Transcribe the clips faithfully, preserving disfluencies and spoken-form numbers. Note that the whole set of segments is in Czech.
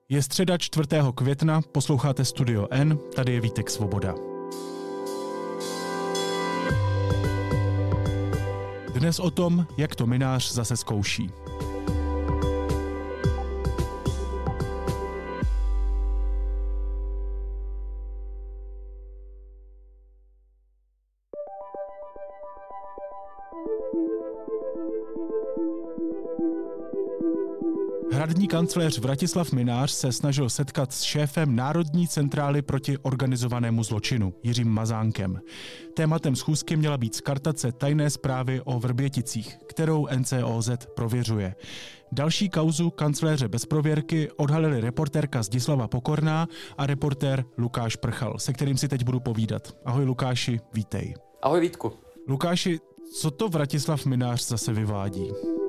Je středa čtvrtého května, posloucháte Studio N, tady je Vítek Svoboda. Dnes o tom, jak to Mynář zase zkouší. Hradní kancléř Vratislav Mynář se snažil setkat s šéfem Národní centrály proti organizovanému zločinu Jiřím Mazánkem. Tématem schůzky měla být skartace tajné zprávy o Vrběticích, kterou N C O Z prověřuje. Další kauzu kancléře bez prověrky odhalili reportérka Zdislava Pokorná a reportér Lukáš Prchal, se kterým si teď budu povídat. Ahoj Lukáši, vítej. Ahoj Vítku. Lukáši, co to Vratislav Mynář zase vyvádí?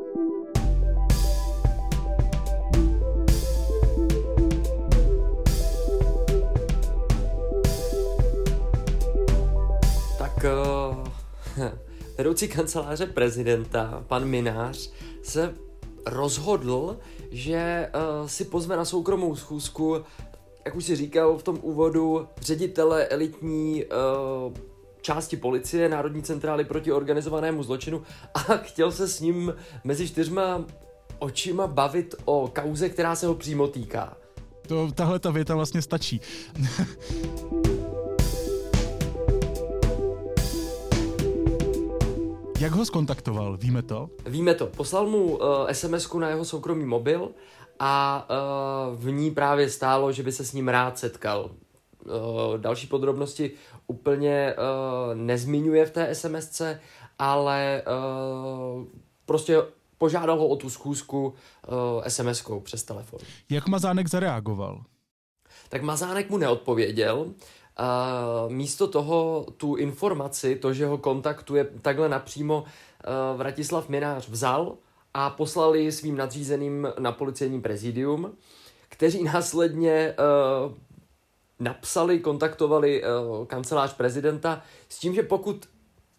Vedoucí kanceláře prezidenta, pan Mynář, se rozhodl, že uh, si pozve na soukromou schůzku, jak už si říkal v tom úvodu, ředitele elitní uh, části policie, Národní centrály proti organizovanému zločinu, a chtěl se s ním mezi čtyřma očima bavit o kauze, která se ho přímo týká. To, tahle ta věta vlastně stačí. Jak ho zkontaktoval? Víme to? Víme to. Poslal mu uh, es em esku na jeho soukromý mobil a uh, v ní právě stálo, že by se s ním rád setkal. Uh, další podrobnosti úplně uh, nezmiňuje v té es em esce, ale uh, prostě požádal ho o tu schůzku uh, es em eskou přes telefon. Jak Mazánek zareagoval? Tak Mazánek mu neodpověděl. Uh, místo toho tu informaci, to, že ho kontaktuje takhle napřímo, uh, Vratislav Mynář vzal a poslal ji svým nadřízeným na policejní prezidium, kteří následně uh, napsali, kontaktovali uh, kancelář prezidenta s tím, že pokud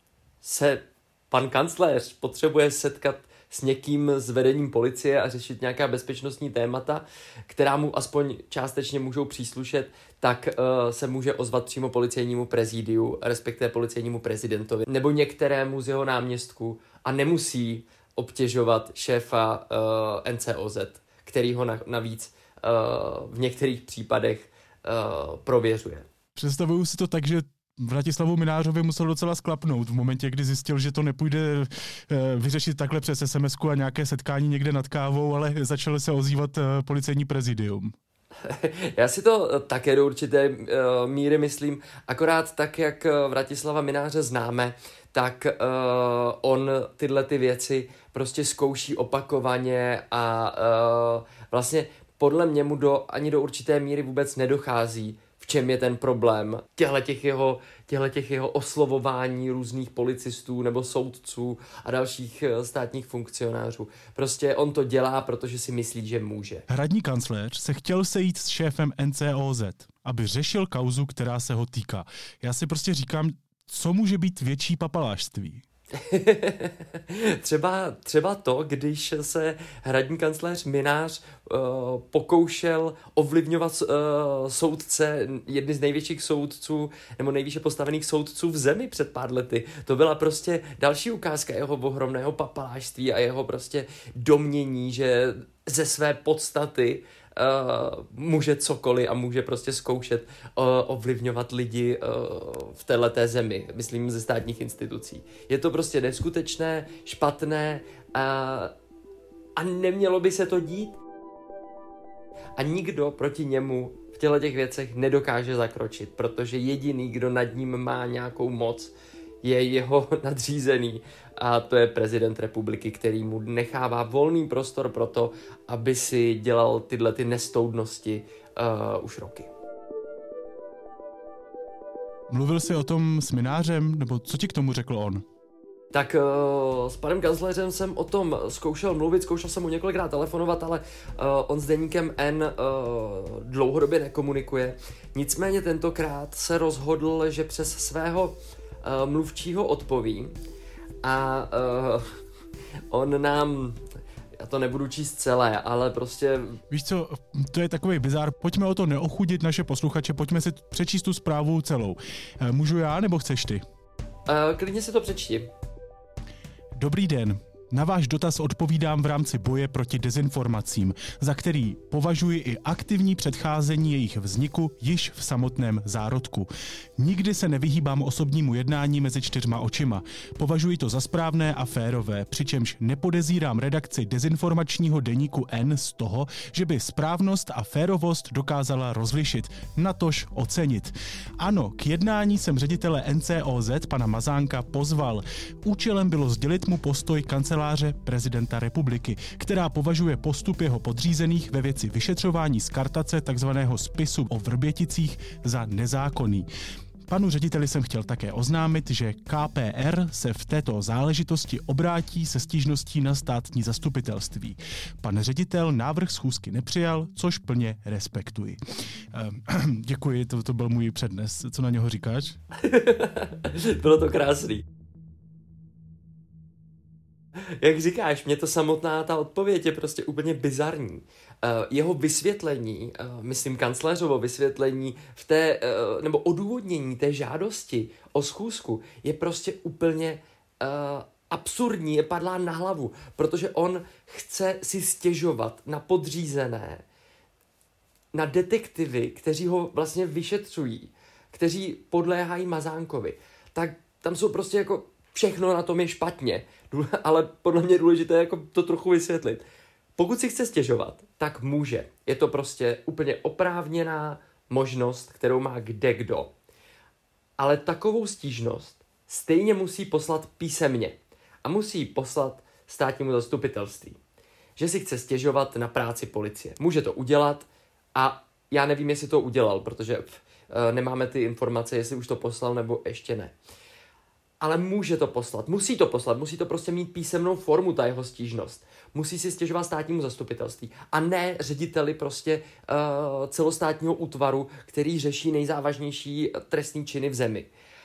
se pan kancléř potřebuje setkat s někým z vedením policie a řešit nějaká bezpečnostní témata, která mu aspoň částečně můžou příslušet, tak uh, se může ozvat přímo policejnímu prezidiu, respektive policejnímu prezidentovi, nebo některému z jeho náměstků a nemusí obtěžovat šéfa uh, N C O Z, který ho na, navíc uh, v některých případech uh, prověřuje. Představuju si to tak, že Vratislavu Mynářovi musel docela sklapnout v momentě, kdy zjistil, že to nepůjde vyřešit takhle přes es em esku a nějaké setkání někde nad kávou, ale začalo se ozývat policejní prezidium. Já si to také do určité uh, míry myslím, akorát tak, jak Vratislava Mynáře známe, tak uh, on tyhle ty věci prostě zkouší opakovaně a uh, vlastně podle mě mu do, ani do určité míry vůbec nedochází, v čem je ten problém těchhletěch jeho, těchhletěch jeho oslovování různých policistů nebo soudců a dalších státních funkcionářů. Prostě on to dělá, protože si myslí, že může. Hradní kancléř se chtěl sejít s šéfem N C O Z, aby řešil kauzu, která se ho týká. Já si prostě říkám, co může být větší papalášství? třeba, třeba to, když se hradní kancléř Mynář uh, pokoušel ovlivňovat uh, soudce, jedny z největších soudců nebo nejvýše postavených soudců v zemi před pár lety. To byla prostě další ukázka jeho ohromného papalášství a jeho prostě domnění, že ze své podstaty Uh, může cokoliv a může prostě zkoušet uh, ovlivňovat lidi uh, v téhleté zemi, myslím ze státních institucí. Je to prostě neskutečné, špatné uh, a nemělo by se to dít. A nikdo proti němu v těchto těch věcech nedokáže zakročit, protože jediný, kdo nad ním má nějakou moc, je jeho nadřízený a to je prezident republiky, který mu nechává volný prostor pro to, aby si dělal tyhle ty nestoudnosti uh, už roky. Mluvil jsi o tom s Mynářem, nebo co ti k tomu řekl on? Tak uh, s panem kancléřem jsem o tom zkoušel mluvit, zkoušel jsem mu několikrát telefonovat, ale uh, on s deníkem N uh, dlouhodobě nekomunikuje. Nicméně tentokrát se rozhodl, že přes svého uh, mluvčího odpoví a uh, on nám já to nebudu číst celé, ale prostě... Víš co, to je takový bizár, pojďme o to neochudit naše posluchače, pojďme si přečíst tu zprávu celou. Můžu já, nebo chceš ty? Uh, klidně si to přečti. Dobrý den. Na váš dotaz odpovídám v rámci boje proti dezinformacím, za který považuji i aktivní předcházení jejich vzniku již v samotném zárodku. Nikdy se nevyhýbám osobnímu jednání mezi čtyřma očima. Považuji to za správné a férové, přičemž nepodezírám redakci dezinformačního deníku N z toho, že by správnost a férovost dokázala rozlišit, natož ocenit. Ano, k jednání jsem ředitele N C O Z pana Mazánka pozval. Účelem bylo sdělit mu postoj kanceláře prezidenta republiky, která považuje postup jeho podřízených ve věci vyšetřování skartace takzvaného spisu o Vrběticích za nezákonný. Panu řediteli jsem chtěl také oznámit, že K P R se v této záležitosti obrátí se stížností na státní zastupitelství. Pan ředitel návrh schůzky nepřijal, což plně respektuji. Ehm, děkuji, to, to byl můj přednes. Co na něho říkáš? Bylo to krásný. Jak říkáš, mě to samotná ta odpověď je prostě úplně bizarní. Uh, jeho vysvětlení, uh, myslím kancléřovo vysvětlení v té, uh, nebo odůvodnění té žádosti o schůzku je prostě úplně uh, absurdní, je padlá na hlavu, protože on chce si stěžovat na podřízené, na detektivy, kteří ho vlastně vyšetřují, kteří podléhají Mazánkovi. Tak tam jsou prostě jako všechno na tom je špatně, ale podle mě je důležité jako to trochu vysvětlit. Pokud si chce stěžovat, tak může. Je to prostě úplně oprávněná možnost, kterou má kdekdo. Ale takovou stížnost stejně musí poslat písemně a musí poslat státnímu zastupitelství. Že si chce stěžovat na práci policie. Může to udělat a já nevím, jestli to udělal, protože pff, nemáme ty informace, jestli už to poslal nebo ještě ne. Ale může to poslat, musí to poslat, musí to prostě mít písemnou formu, ta jeho stížnost. Musí si stěžovat státnímu zastupitelství a ne řediteli prostě uh, celostátního útvaru, který řeší nejzávažnější trestní činy v zemi.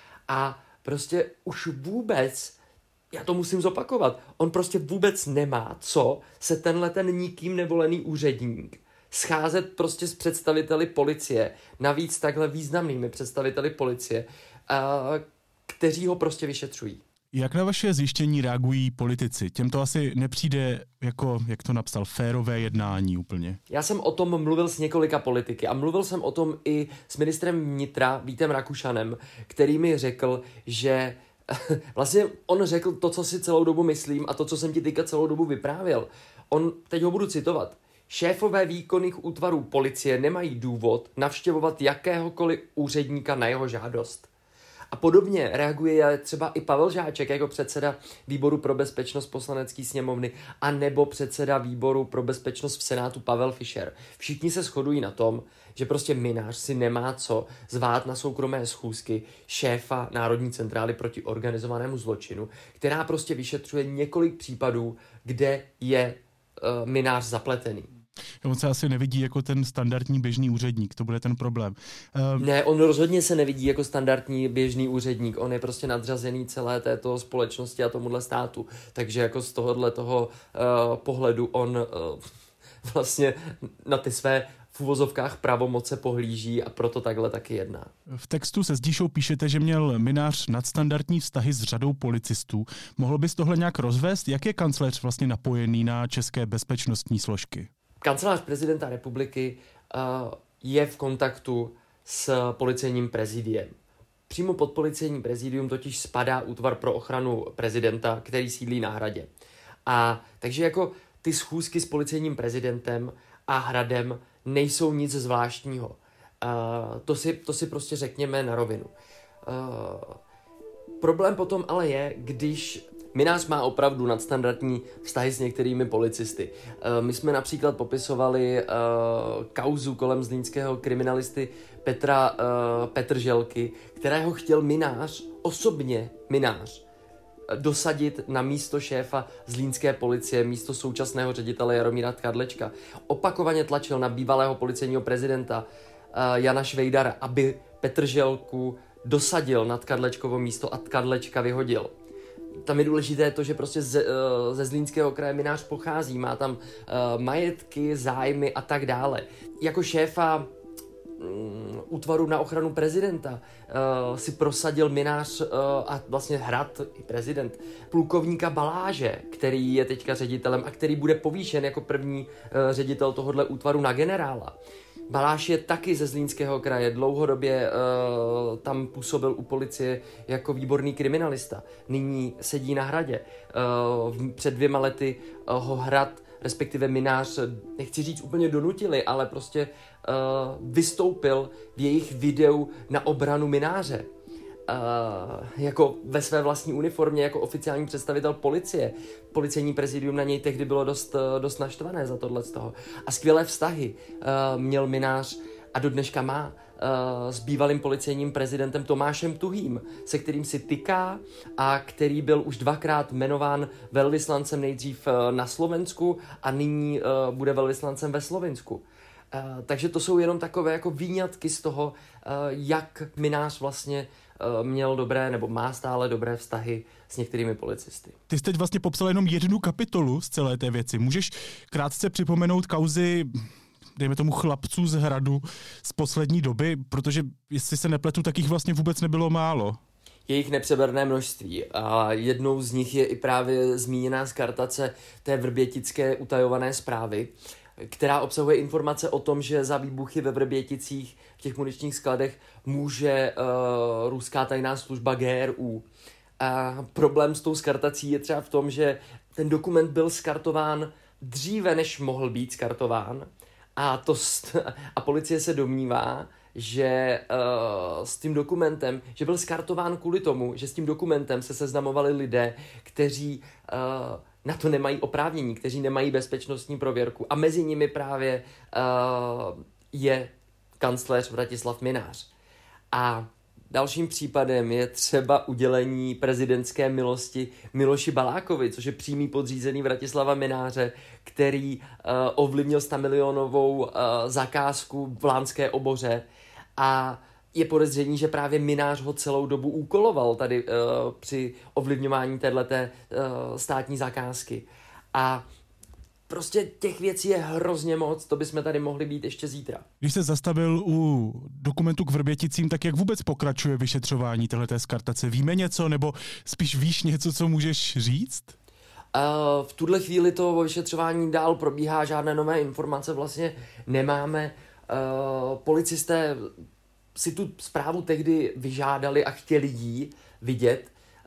A prostě už vůbec, já to musím zopakovat, on prostě vůbec nemá co se tenhle ten nikým nevolený úředník scházet prostě s představiteli policie, navíc takhle významnými představiteli policie, uh, kteří ho prostě vyšetřují. Jak na vaše zjištění reagují politici? Těm to asi nepřijde jako, jak to napsal, férové jednání úplně. Já jsem o tom mluvil s několika politiky a mluvil jsem o tom i s ministrem vnitra Vítem Rakušanem, který mi řekl, že vlastně on řekl to, co si celou dobu myslím a to, co jsem ti teďka celou dobu vyprávěl. On, teď ho budu citovat, šéfové výkonných útvarů policie nemají důvod navštěvovat jakéhokoliv úředníka na jeho žádost. A podobně reaguje třeba i Pavel Žáček jako předseda výboru pro bezpečnost poslanecké sněmovny a nebo předseda výboru pro bezpečnost v Senátu Pavel Fischer. Všichni se shodují na tom, že prostě Mynář si nemá co zvát na soukromé schůzky šéfa Národní centrály proti organizovanému zločinu, která prostě vyšetřuje několik případů, kde je uh, Mynář zapletený. On se asi nevidí jako ten standardní běžný úředník, to bude ten problém. Um... Ne, on rozhodně se nevidí jako standardní běžný úředník, on je prostě nadřazený celé této společnosti a tomuhle státu, takže jako z tohohle toho uh, pohledu on uh, vlastně na ty své v uvozovkách pravomoce pohlíží a proto takhle taky jedná. V textu se Zdíšou píšete, že měl Mynář nadstandardní vztahy s řadou policistů. Mohl bys tohle nějak rozvést? Jak je kancléř vlastně napojený na české bezpečnostní složky? Kancelář prezidenta republiky uh, je v kontaktu s policejním prezidiem. Přímo pod policejním prezidium totiž spadá útvar pro ochranu prezidenta, který sídlí na Hradě. A takže jako ty schůzky s policejním prezidentem a Hradem nejsou nic zvláštního. Uh, to, si, to si prostě řekněme na rovinu. Uh, problém potom ale je, když Mynář má opravdu nadstandardní vztahy s některými policisty. Uh, my jsme například popisovali uh, kauzu kolem zlínského kriminalisty Petra uh, Petrželky, kterého chtěl Mynář, osobně Mynář, dosadit na místo šéfa zlínské policie, místo současného ředitele Jaromíra Tkadlečka. Opakovaně tlačil na bývalého policejního prezidenta uh, Jana Švejdara, aby Petrželku dosadil na Tkadlečkovo místo a Tkadlečka vyhodil. tam je důležité to, že prostě ze, ze Zlínského kraje Mynář pochází, má tam uh, majetky, zájmy a tak dále. Jako šéfa útvaru na ochranu prezidenta uh, si prosadil Mynář uh, a vlastně hrad i prezident plukovníka Baláže, který je teďka ředitelem a který bude povýšen jako první uh, ředitel tohohle útvaru na generála. Baláš je taky ze Zlínského kraje, dlouhodobě uh, tam působil u policie jako výborný kriminalista. Nyní sedí na hradě. Uh, před dvěma lety uh, ho hrad, respektive Mynář, nechci říct úplně donutili, ale prostě uh, vystoupil v jejich videu na obranu Mynáře. Uh, jako ve své vlastní uniformě, jako oficiální představitel policie. Policejní prezidium na něj tehdy bylo dost, dost naštvané za tohle z toho. A skvělé vztahy uh, měl Mynář a do dneška má uh, s bývalým policejním prezidentem Tomášem Tuhým, se kterým si tyká a který byl už dvakrát jmenován velvyslancem nejdřív uh, na Slovensku a nyní uh, bude velvyslancem ve Slovinsku. Uh, takže to jsou jenom takové jako výňatky z toho, uh, jak Mynář vlastně uh, měl dobré nebo má stále dobré vztahy s některými policisty. Ty jsi teď vlastně popsal jenom jednu kapitolu z celé té věci. Můžeš krátce připomenout kauzy, dejme tomu chlapců z Hradu z poslední doby, protože jestli se nepletu, tak jich vlastně vůbec nebylo málo. Je jich nepřeberné množství a jednou z nich je i právě zmíněná skartace té vrbětické utajované zprávy, která obsahuje informace o tom, že za výbuchy ve Vrběticích v těch muničních skladech může uh, ruská tajná služba G R U. A problém s tou skartací je třeba v tom, že ten dokument byl skartován dříve, než mohl být skartován. A, to st- a policie se domnívá, že uh, s tím dokumentem, že byl skartován kvůli tomu, že s tím dokumentem se seznamovali lidé, kteří uh, na to nemají oprávnění, kteří nemají bezpečnostní prověrku. A mezi nimi právě uh, je kancléř Vratislav Mynář. A dalším případem je třeba udělení prezidentské milosti Miloši Balákovi, což je přímý podřízený Vratislava Mynáře, který uh, ovlivnil stamilionovou uh, zakázku v Lánské Oboře a je podezření, že právě Mynář ho celou dobu úkoloval tady uh, při ovlivňování téhleté uh, státní zakázky. A prostě těch věcí je hrozně moc, to bychom tady mohli být ještě zítra. Když se zastavil u dokumentu k Vrběticím, tak jak vůbec pokračuje vyšetřování téhleté skartace? Víme něco, nebo spíš víš něco, co můžeš říct? Uh, v tuhle chvíli to vyšetřování dál probíhá, žádné nové informace vlastně nemáme. Uh, policisté si tu zprávu tehdy vyžádali a chtěli ji vidět.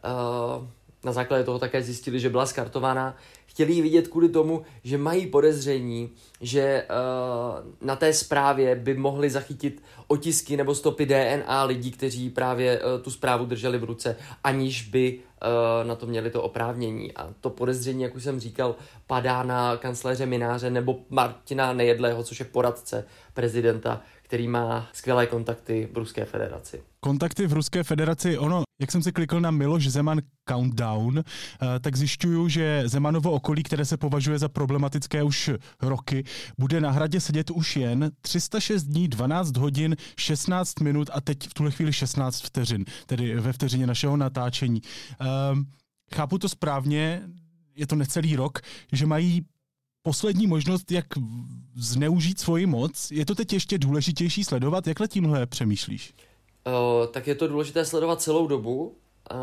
Uh, na základě toho také zjistili, že byla skartována. Chtěli ji vidět kvůli tomu, že mají podezření, že uh, na té zprávě by mohli zachytit otisky nebo stopy D N A lidí, kteří právě uh, tu zprávu drželi v ruce, aniž by uh, na to měli to oprávnění. A to podezření, jak už jsem říkal, padá na kancléře Mynáře nebo Martina Nejedlého, což je poradce prezidenta, který má skvělé kontakty v Ruské federaci. Kontakty v Ruské federaci, ono, jak jsem si klikl na Miloš Zeman Countdown, tak zjišťuju, že Zemanovo okolí, které se považuje za problematické už roky, bude na Hradě sedět už jen tři sta šest dní, dvanáct hodin, šestnáct minut a teď v tuhle chvíli šestnáct vteřin, tedy ve vteřině našeho natáčení. Um, chápu to správně, je to necelý rok, že mají poslední možnost, jak zneužít svoji moc. Je to teď ještě důležitější sledovat? Jak tímhle přemýšlíš? Uh, tak je to důležité sledovat celou dobu uh,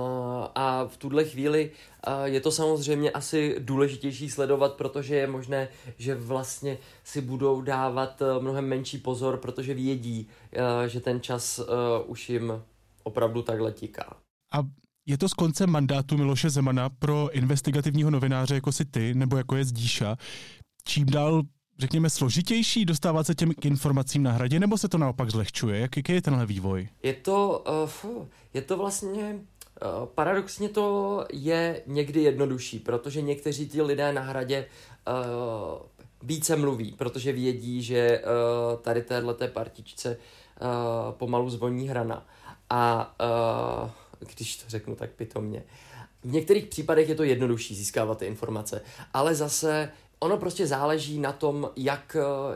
a v tuhle chvíli uh, je to samozřejmě asi důležitější sledovat, protože je možné, že vlastně si budou dávat uh, mnohem menší pozor, protože vědí, uh, že ten čas uh, už jim opravdu takhle tiká. A je to z konce mandátu Miloše Zemana pro investigativního novináře jako si ty, nebo jako je Zdíša, čím dál, řekněme, složitější dostávat se těm informacím na Hradě, nebo se to naopak zlehčuje? Jak, jaký je tenhle vývoj? Je to, uh, je to vlastně, uh, paradoxně to je někdy jednodušší, protože někteří ti lidé na Hradě uh, více mluví, protože vědí, že uh, tady téhleté partičce uh, pomalu zvoní hrana. A uh, když to řeknu tak pitomně. V některých případech je to jednodušší získávat ty informace, ale zase ono prostě záleží na tom, jak,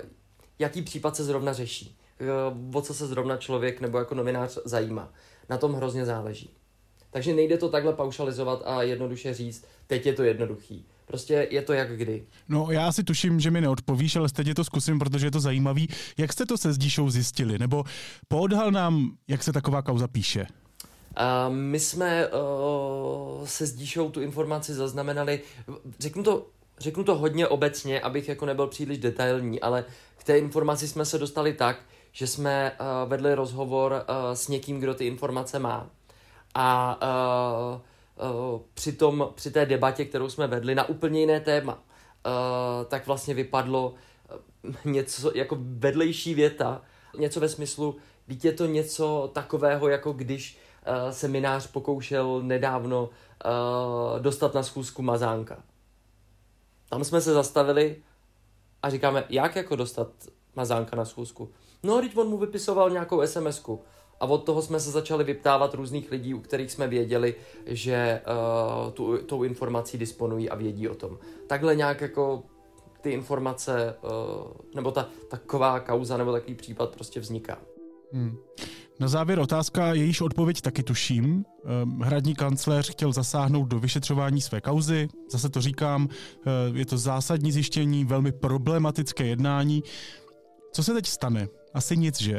jaký případ se zrovna řeší, o co se zrovna člověk nebo jako novinář zajímá. Na tom hrozně záleží. Takže nejde to takhle paušalizovat a jednoduše říct, teď je to jednoduchý. Prostě je to jak kdy. No já si tuším, že mi neodpovíš, ale stejně to zkusím, protože je to zajímavý. Jak jste to se Zdíšou zjistili? Nebo poodhal nám, jak se taková kauza píše? Uh, my jsme uh, se Zdíšou tu informaci zaznamenali, řeknu to, řeknu to hodně obecně, abych jako nebyl příliš detailní, ale k té informaci jsme se dostali tak, že jsme uh, vedli rozhovor uh, s někým, kdo ty informace má. A uh, uh, při, tom, při té debatě, kterou jsme vedli na úplně jiné téma, uh, tak vlastně vypadlo uh, něco jako vedlejší věta, něco ve smyslu, vždyť je to něco takového, jako když uh, se Mynář pokoušel nedávno uh, dostat na schůzku Mazánka. Tam jsme se zastavili a říkáme, jak jako dostat Mazánka na schůzku? No, teď on mu vypisoval nějakou es em esku. A od toho jsme se začali vyptávat různých lidí, u kterých jsme věděli, že uh, tu, tou informací disponují a vědí o tom. Takhle nějak jako ty informace, uh, nebo ta taková kauza, nebo takový případ prostě vzniká. Hmm. Na závěr otázka, jejíž odpověď taky tuším. Hradní kancléř chtěl zasáhnout do vyšetřování své kauzy. Zase to říkám, je to zásadní zjištění, velmi problematické jednání. Co se teď stane? Asi nic, že?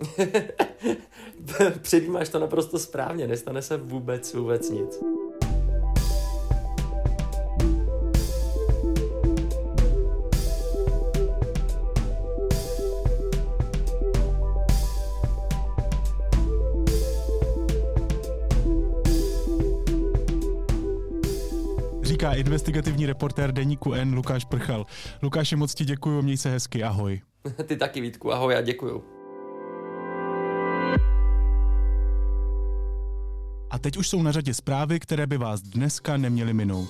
Předjímáš to naprosto správně, nestane se vůbec, vůbec nic. Říká investigativní reportér deníku N Lukáš Prchal. Lukáši, moc ti děkuju, měj se hezky, ahoj. Ty taky, Vítku, ahoj a děkuju. A teď už jsou na řadě zprávy, které by vás dneska neměly minout.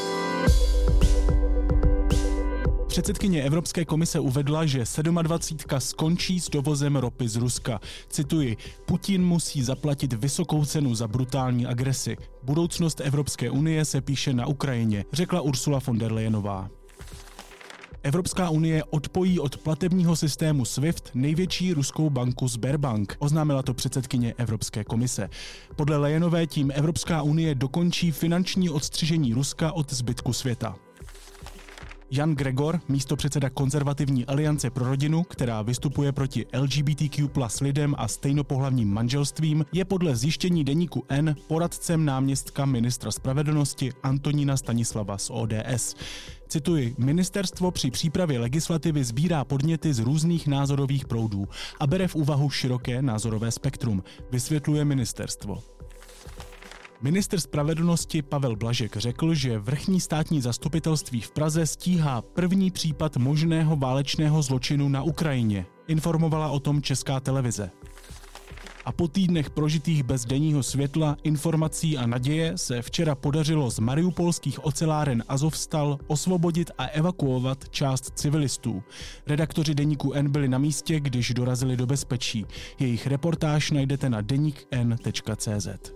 Předsedkyně Evropské komise uvedla, že sedmadvacítka skončí s dovozem ropy z Ruska. Cituji, Putin musí zaplatit vysokou cenu za brutální agresi. Budoucnost Evropské unie se píše na Ukrajině, řekla Ursula von der Leyenová. Evropská unie odpojí od platebního systému SWIFT největší ruskou banku Sberbank, oznámila to předsedkyně Evropské komise. Podle Leyenové tím Evropská unie dokončí finanční odstřižení Ruska od zbytku světa. Jan Gregor, místopředseda konzervativní aliance pro rodinu, která vystupuje proti el gé bé té kvé plus lidem a stejnopohlavním manželstvím, je podle zjištění deníku N poradcem náměstka ministra spravedlnosti Antonína Stanislava z ó dé es. Cituji, ministerstvo při přípravě legislativy sbírá podněty z různých názorových proudů a bere v úvahu široké názorové spektrum, vysvětluje ministerstvo. Ministr spravedlnosti Pavel Blažek řekl, že vrchní státní zastupitelství v Praze stíhá první případ možného válečného zločinu na Ukrajině. Informovala o tom Česká televize. A po týdnech prožitých bez denního světla, informací a naděje se včera podařilo z mariupolských oceláren Azovstal osvobodit a evakuovat část civilistů. Redaktoři deníku N byli na místě, když dorazili do bezpečí. Jejich reportáž najdete na deník n tečka cé zet.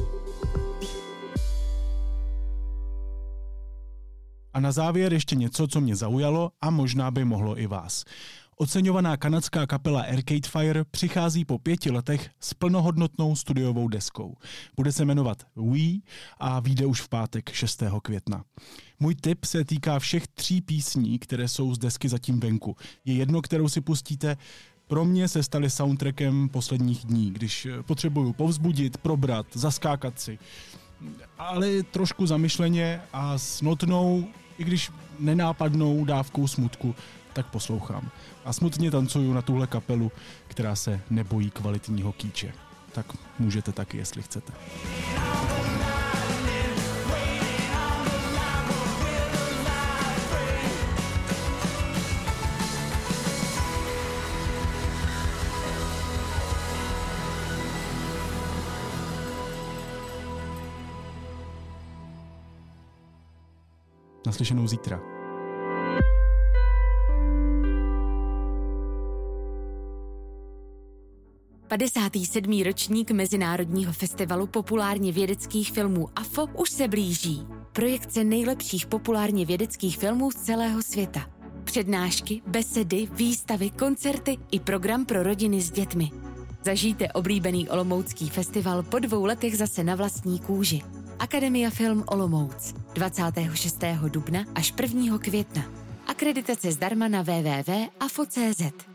A na závěr ještě něco, co mě zaujalo a možná by mohlo i vás. Oceňovaná kanadská kapela Arcade Fire přichází po pěti letech s plnohodnotnou studiovou deskou. Bude se jmenovat We a vyjde už v pátek šestého května. Můj tip se týká všech tří písní, které jsou z desky zatím venku. Je jedno, kterou si pustíte. Pro mě se staly soundtrackem posledních dní, když potřebuju povzbudit, probrat, zaskákat si. Ale trošku zamyšleně a s notnou, i když nenápadnou dávkou smutku, tak poslouchám. A smutně tancuju na tuhle kapelu, která se nebojí kvalitního kýče. Tak můžete taky, jestli chcete. Naslyšenou zítra. padesátý sedmý ročník Mezinárodního festivalu populárně vědeckých filmů A F O už se blíží. Projekce nejlepších populárně vědeckých filmů z celého světa. Přednášky, besedy, výstavy, koncerty i program pro rodiny s dětmi. Zažijte oblíbený olomoucký festival po dvou letech zase na vlastní kůži. Akademia Film Olomouc dvacátého šestého dubna až prvního května. Akreditace zdarma na w w w tečka a f o tečka c z.